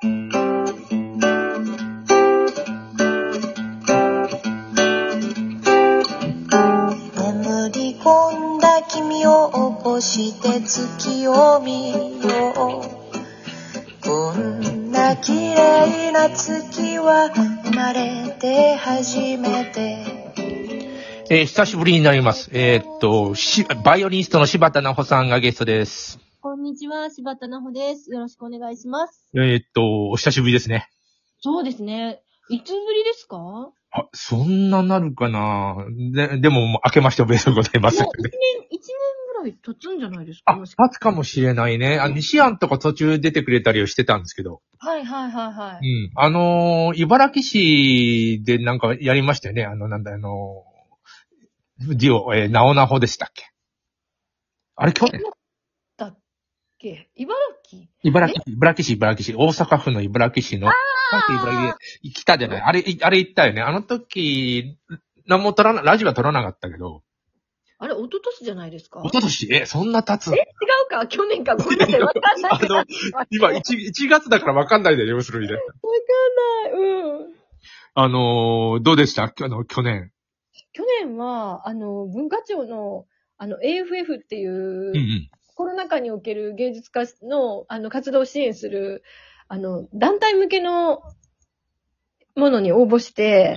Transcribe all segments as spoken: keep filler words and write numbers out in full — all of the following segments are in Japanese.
り込んだ君を起こして月を見よう。こんな綺麗な月は生まれて初めて。 えー、久しぶりになります。えー、っと、し、バイオリニストの柴田奈穂さんがゲストです。 こんにちは、柴田奈穂です。よろしくお願いします。 えー、っと、お久しぶりですね。 そうですね。いつぶりですか？ あ、そんななるかな。で、でも、もう明けましておめでとうございます。 もう一年、一年ぐらい経つんじゃないですか？ あ、経つかもしれないね。あ、西安とか途中出てくれたりをしてたんですけど。 はいはいはいはい。 うん。あのー、茨城市でなんかやりましたよね。あの、なんだ、あのー、ディオ、えー、ナオナホでしたっけ？あれ、去年だっけ？茨城？ 茨城市、茨城市、茨城市、大阪府の茨城市の、なんか茨城で来たじゃない？あれ、あれ行ったよね。あの時、何も撮らな、ラジオは撮らなかったけど。 あれ、一昨年じゃないですか？ 一昨年え、そんな経つ？ え、違うか去年かごめんなさい、わかんない。 あの、今、いち、いちがつだからわかんないんだよ、要するにね。わかんない、うん。 あのー、どうでした？あの、去年。 去年は、あの、文化庁の、あの、エーエフエフ っていう、 うんうん。 コロナ禍における芸術家の、あの、活動を支援する、あの、団体向けのものに応募して、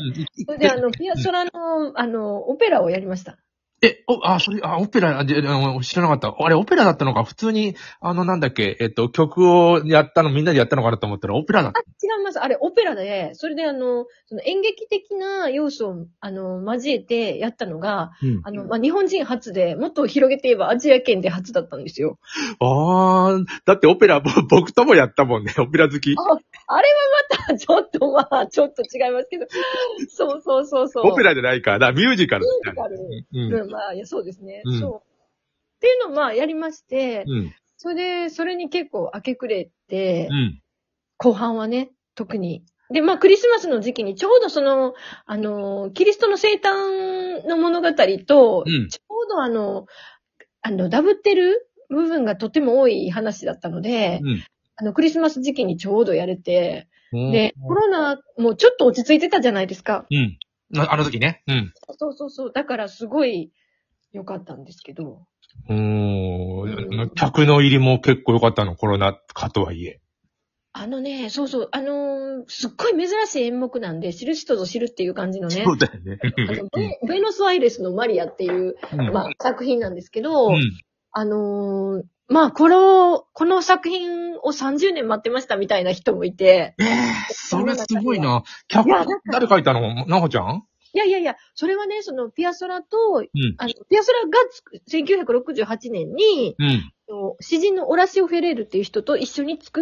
それで、あの、ピアソラの、あの、オペラをやりました。 え、お、あ、それ、あ、オペラ、で、あの、知らなかった。あれ、オペラだったのか、普通に、あの、なんだっけ、えっと、曲をやったの、みんなでやったのかなと思ったら、オペラだった。 あ、違います。あれ、オペラで、それで、あの、その演劇的な要素を、あの、交えてやったのが、 うん。 あの、まあ、日本人初で、もっと広げて言えばアジア圏で初だったんですよ。 あー、だってオペラ、ぼ僕ともやったもんね、オペラ好き。 あ、あれはまた、ちょっと、まあ、ちょっと違いますけど、そうそうそうそう。 オペラじゃないか、だミュージカル。 ミュージカル。 うん。 うん、まあ、いや、そうですね。 うんそう。っていうのをまあやりまして、 うん。 それで、それに結構明け暮れて、 うん。 後半はね、特に。で、まあ、クリスマスの時期にちょうどその、あの、キリストの生誕の物語と、 うんちょうどあの、あの、ダブってる部分がとても多い話だったので、 うん。 あの、クリスマス時期にちょうどやれて、 うん。 で、コロナもちょっと落ち着いてたじゃないですか。 うん。ああの時ね。うん。 そうそうそう。だからすごい良かったんですけど。 うーん。客の入りも結構良かったの、コロナ禍とはいえ。 あのね、そうそう、あのーすっごい珍しい演目なんで、知る人ぞ知るっていう感じのね。 そうだよね。 あのベ、ベノスアイレスのマリアっていう、 うん。 まあ、作品なんですけど、 うん。 あのーまあ、この、この作品をさんじゅうねん待ってましたみたいな人もいて。 ええー、それすごいな。客いやなんか、 誰書いたの？なほちゃん？ いやいやいや、それはね、その、ピアソラと、 うん。 あの、ピアソラがつくせんきゅうひゃくろくじゅうはちねんに、 うん。 詩人のオラシオ・フェレールっていう人と一緒に作った、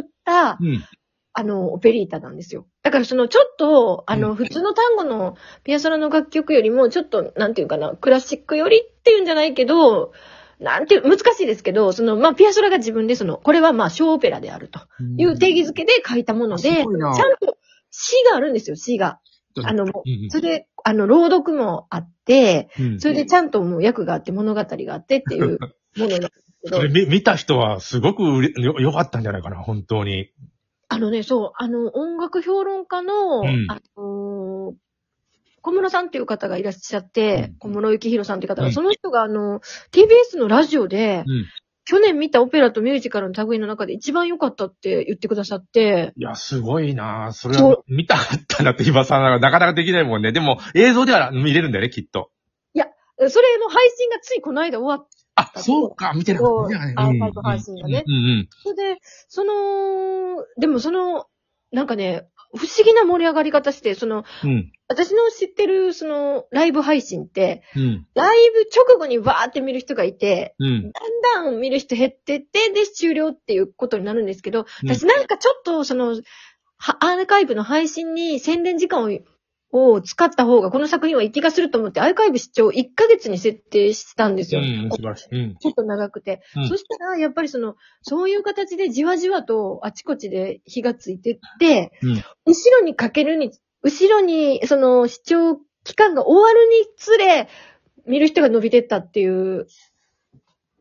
うん。 あの、オペリータなんですよ。だからその、ちょっと、あの、 うん普通の単語のピアソラの楽曲よりも、ちょっと、なんていうかな、クラシックよりっていうんじゃないけど、なんていう、難しいですけど、その、まあ、ピアソラが自分でその、これはまあ、小オペラであるという定義づけで書いたもので、ちゃんすごいなと詩があるんですよ、詩が。あの、 うんうんそれで、あの、朗読もあって、 うんそれでちゃんともう役があって物語があってっていうものなんですけどそれ、見見た人はすごくうれよ、良かったんじゃないかな、本当に。 あのね、そう、あの、音楽評論家の、 うんあのー小室さんっていう方がいらっしゃって、 うん小室幸宏さんっていう方が、 うんその人があの、ティービーエス のラジオで、 うん。 去年見たオペラとミュージカルの類の中で一番良かったって言ってくださって、 いや、すごいなそれそは見たかったなって今さ、なかなかできないもんね。でも、映像では見れるんだよね、きっと。 いや、それの配信がついこの間終わっあ、そうか、見てなかそうったね。 アーカイブ配信がねうんうんそれで、その、でもその、なんかね、不思議な盛り上がり方して、その、 うん。うん。 私の知ってる、その、ライブ配信って、 うん。 ライブ直後にわーって見る人がいて、 うん。 だんだん見る人減ってって、で、終了っていうことになるんですけど、 うん私なんかちょっと、その、はアーカイブの配信に宣伝時間を、を使った方が、この作品はいい気がすると思って、アーカイブ視聴いっかげつに設定したんですよ。 うん、素晴らしい。うん。 ちょっと長くて。 うんそしたら、やっぱりその、そういう形でじわじわとあちこちで火がついてって、 うん。 後ろにかけるに、後ろに、その、視聴期間が終わるにつれ、見る人が伸びてったっていう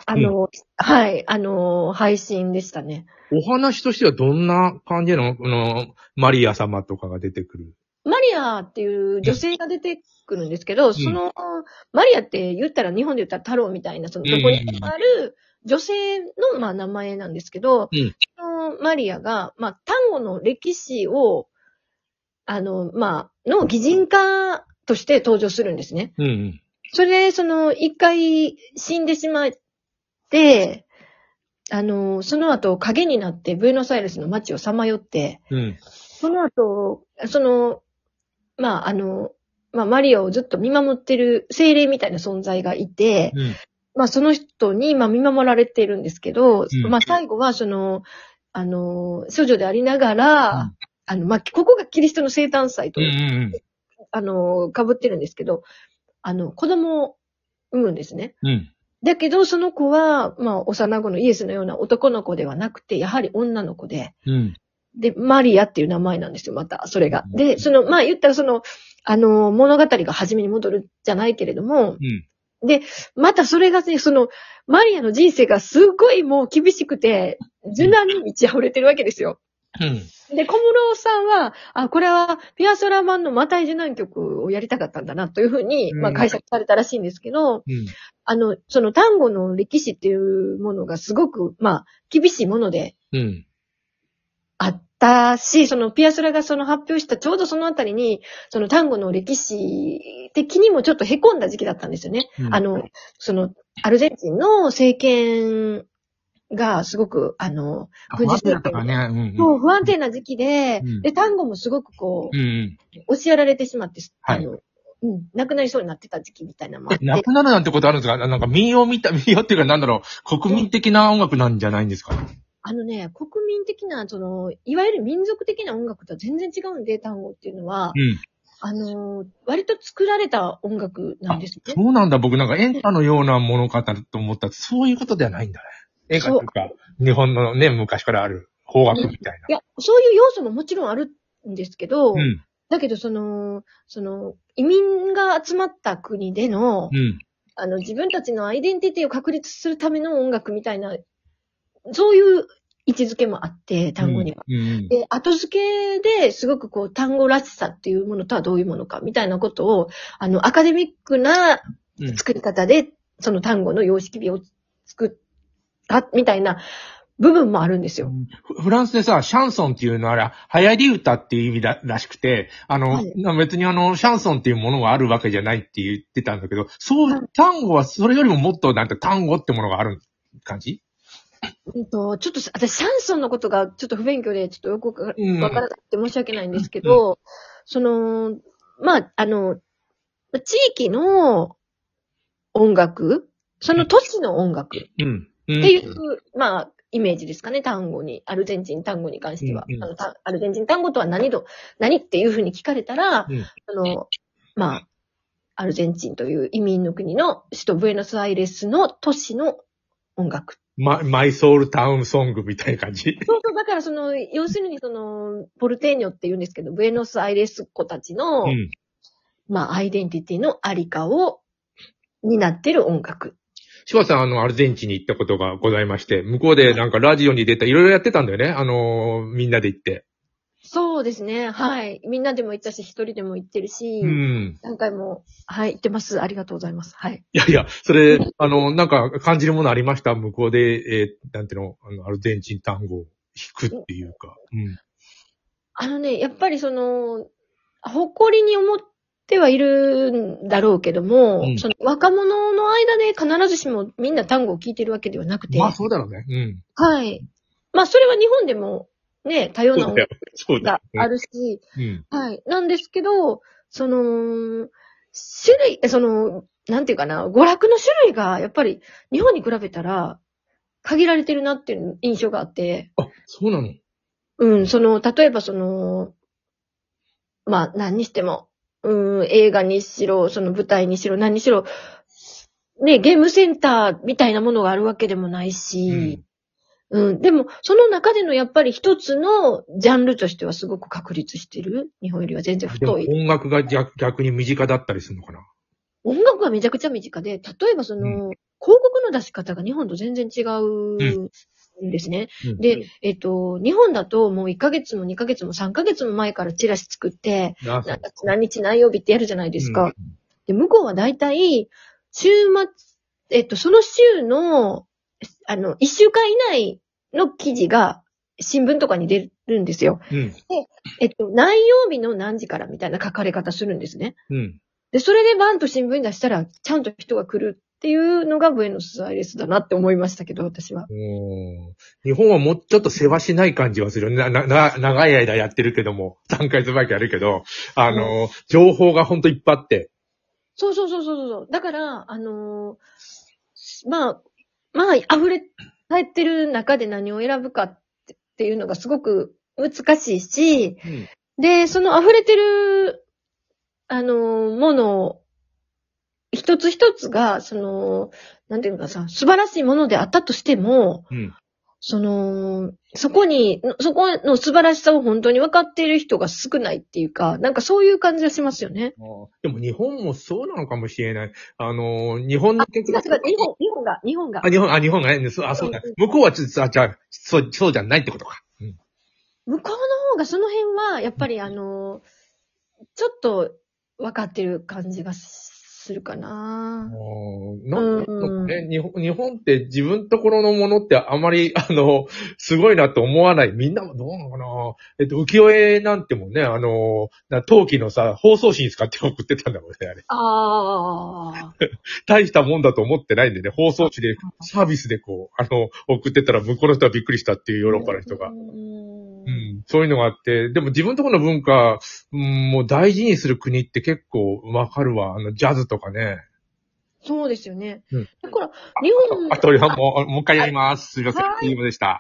あの、はい、あの、配信でしたね。 お話としてはどんな感じの、あの、マリア様とかが出てくる？ マリアっていう女性が出てくるんですけど、うん、その、マリアって言ったら、日本で言ったら太郎みたいな、その、どこにある女性の、まあ、名前なんですけど、うん、そのマリアが、まあ、単語の歴史を、あの、まあ、の擬人化として登場するんですね。うんうん、それで、その、一回死んでしまって、あの、その後影になってブエノスアイレスの街をさまよって、うん、その後、その、まあ、あの、まあ、マリアをずっと見守ってる精霊みたいな存在がいて、うん、まあ、その人に、まあ、見守られてるんですけど、うん、まあ、最後は、その、あの、処女でありながら、うん、あの、まあ、ここがキリストの生誕祭と、うんうんうん、あの、被ってるんですけど、あの、子供を産むんですね。うん、だけど、その子は、まあ、幼子のイエスのような男の子ではなくて、やはり女の子で、うん、で、マリアっていう名前なんですよ、また、それが。で、その、まあ、言ったらその、あの、物語が初めに戻るじゃないけれども、うん、で、またそれがね、その、マリアの人生がすごいもう厳しくて、受難に満ち溢れてるわけですよ。うん、で、小室さんは、あ、これは、ピアソラ版のマタイ受難曲をやりたかったんだな、というふうに、まあ、解釈されたらしいんですけど、うん、あの、その単語の歴史っていうものがすごく、まあ、厳しいもので、うんあったし、そのピアソラがその発表したちょうどそのあたりに、その単語の歴史的にもちょっと凹んだ時期だったんですよね。うん、あの、その、アルゼンチンの政権がすごく、あの、 軍事政権が、 ねうんうん、不安定な時期で、うん、で、単語もすごくこう、うんうん、押しやられてしまって、あの、はいうん、亡くなりそうになってた時期みたいなのもあって。 亡くなるなんてことあるんですか？なんか民謡みたい、民謡っていうかなんだろう、国民的な音楽なんじゃないんですか？ あのね、国民的な、その、いわゆる民族的な音楽とは全然違うんで、単語っていうのは、うん、あの、割と作られた音楽なんですね。 そうなんだ。僕なんか演歌のようなものかと思ったら、そういうことではないんだね。演歌っていうか、日本のね、昔からある邦楽みたいな。 いや、そういう要素ももちろんあるんですけど、うん、だけどその、その、移民が集まった国での、うん、あの、自分たちのアイデンティティを確立するための音楽みたいな、そういう位置づけもあって、単語には。うんうん、で、後付けですごくこう、単語らしさっていうものとはどういうものか、みたいなことを、あの、アカデミックな作り方で、うん、その単語の様式美を作った、みたいな部分もあるんですよ。 フランスでさ、シャンソンっていうのは、流行り歌っていう意味だらしくて、あの、はい、別にあの、シャンソンっていうものがあるわけじゃないって言ってたんだけど、そう、はい、単語はそれよりももっとなんて単語ってものがある感じ？ うんと、ちょっと、私、シャンソンのことがちょっと不勉強で、ちょっとよくわからなくて申し訳ないんですけど、うん、その、まあ、あの、地域の音楽、その都市の音楽っていう、うんうん、まあ、イメージですかね、単語に、アルゼンチン単語に関しては。うんうん、あのアルゼンチン単語とは何ど、何っていうふうに聞かれたら、うん、あの、まあ、アルゼンチンという移民の国の首都ブエノスアイレスの都市の音楽。 マ, マイソウルタウンソングみたいな感じ。 そうそう、だからその、要するにその、ポルテーニョって言うんですけど、ブエノスアイレス子たちの、うん、まあ、アイデンティティのありかを、担ってる音楽。 シワさん、あの、アルゼンチンに行ったことがございまして、向こうでなんかラジオに出た、いろいろやってたんだよね。あの、みんなで行って。 そうですね。はい。みんなでも行ったし、一人でも行ってるし、うん。何回も、はい、行ってます。ありがとうございます。はい。 いやいや、それ、あの、なんか感じるものありました？向こうで、えー、なんていうの、あの、アルゼンチン単語を弾くっていうか。うん。 あのね、やっぱりその、誇りに思ってはいるんだろうけども、うん、その若者の間で必ずしもみんな単語を聞いてるわけではなくて。 まあそうだろうね。うん。 はい。まあそれは日本でも、ね、多様な音楽があるし、うん、はい。なんですけど、その、種類、その、なんていうかな、娯楽の種類が、やっぱり、日本に比べたら、限られてるなっていう印象があって。 あ、そうなの？ うん、その、例えばその、まあ、何にしても、うん、映画にしろ、その舞台にしろ、何にしろ、ね、ゲームセンターみたいなものがあるわけでもないし、うんうん。でも、その中でのやっぱり一つのジャンルとしてはすごく確立してる。日本よりは全然太い。 音楽が逆逆に身近だったりするのかな？ 音楽はめちゃくちゃ身近で、例えばその、うん、 広告の出し方が日本と全然違うんですね。 うん、 で、えっと、日本だともういっかげつもにかげつもさんかげつも前からチラシ作って、 あなんか何日何曜日ってやるじゃないですか。 うん、 で、向こうは大体、週末、えっと、その週の、あの、いっしゅうかん以内の記事が新聞とかに出るんですよ。 うん、 で、えっと、何曜日の何時からみたいな書かれ方するんですね。 うん。 で、それでバンと新聞に出したら、ちゃんと人が来るっていうのがブエノスアイレスだなって思いましたけど、私は。 うん日本はもうちょっと世話しない感じはする。な、な、な長い間やってるけども、さんかげつまえからやるけど、あの、うん、情報がほんといっぱいあって。 そうそうそうそうそう。だから、あのー、まあ、まあ、溢れ返ってる中で何を選ぶかっていうのがすごく難しいし、うん、で、その溢れてる、あのー、ものを、一つ一つが、その、なんていうのかさ、素晴らしいものであったとしても、うん、その、そこに、そこの素晴らしさを本当に分かっている人が少ないっていうか、なんかそういう感じがしますよね。 でも日本もそうなのかもしれない。あの、日本の曲が。違う違う、日本、日本が、日本が。 あ、日本、あ、日本がね、あ、そうだ。向こうはちょっと、あ、じゃあ、そう、そうじゃないってことか。うん、 向こうの方がその辺は、やっぱりあの、ちょっと分かってる感じがするかな。 なんかね、日本、日本って自分ところのものってあまり、あの、すごいなと思わない。みんなもどうなのかな。えっと、浮世絵なんてもね、あの、陶器のさ、包装紙に使って送ってたんだもんね、あれ。 ああ。 大したもんだと思ってないんでね、包装紙で、サービスでこう、あの、送ってたら向こうの人はびっくりしたっていうヨーロッパの人が。うん、そういうのがあって、でも自分ところの文化、うん、もう大事にする国って結構わかるわ。あの、ジャズとかね。 そうですよね。 うん。 だから、日本あと、あと、もう、もう一回やります。すいません。いいもでした。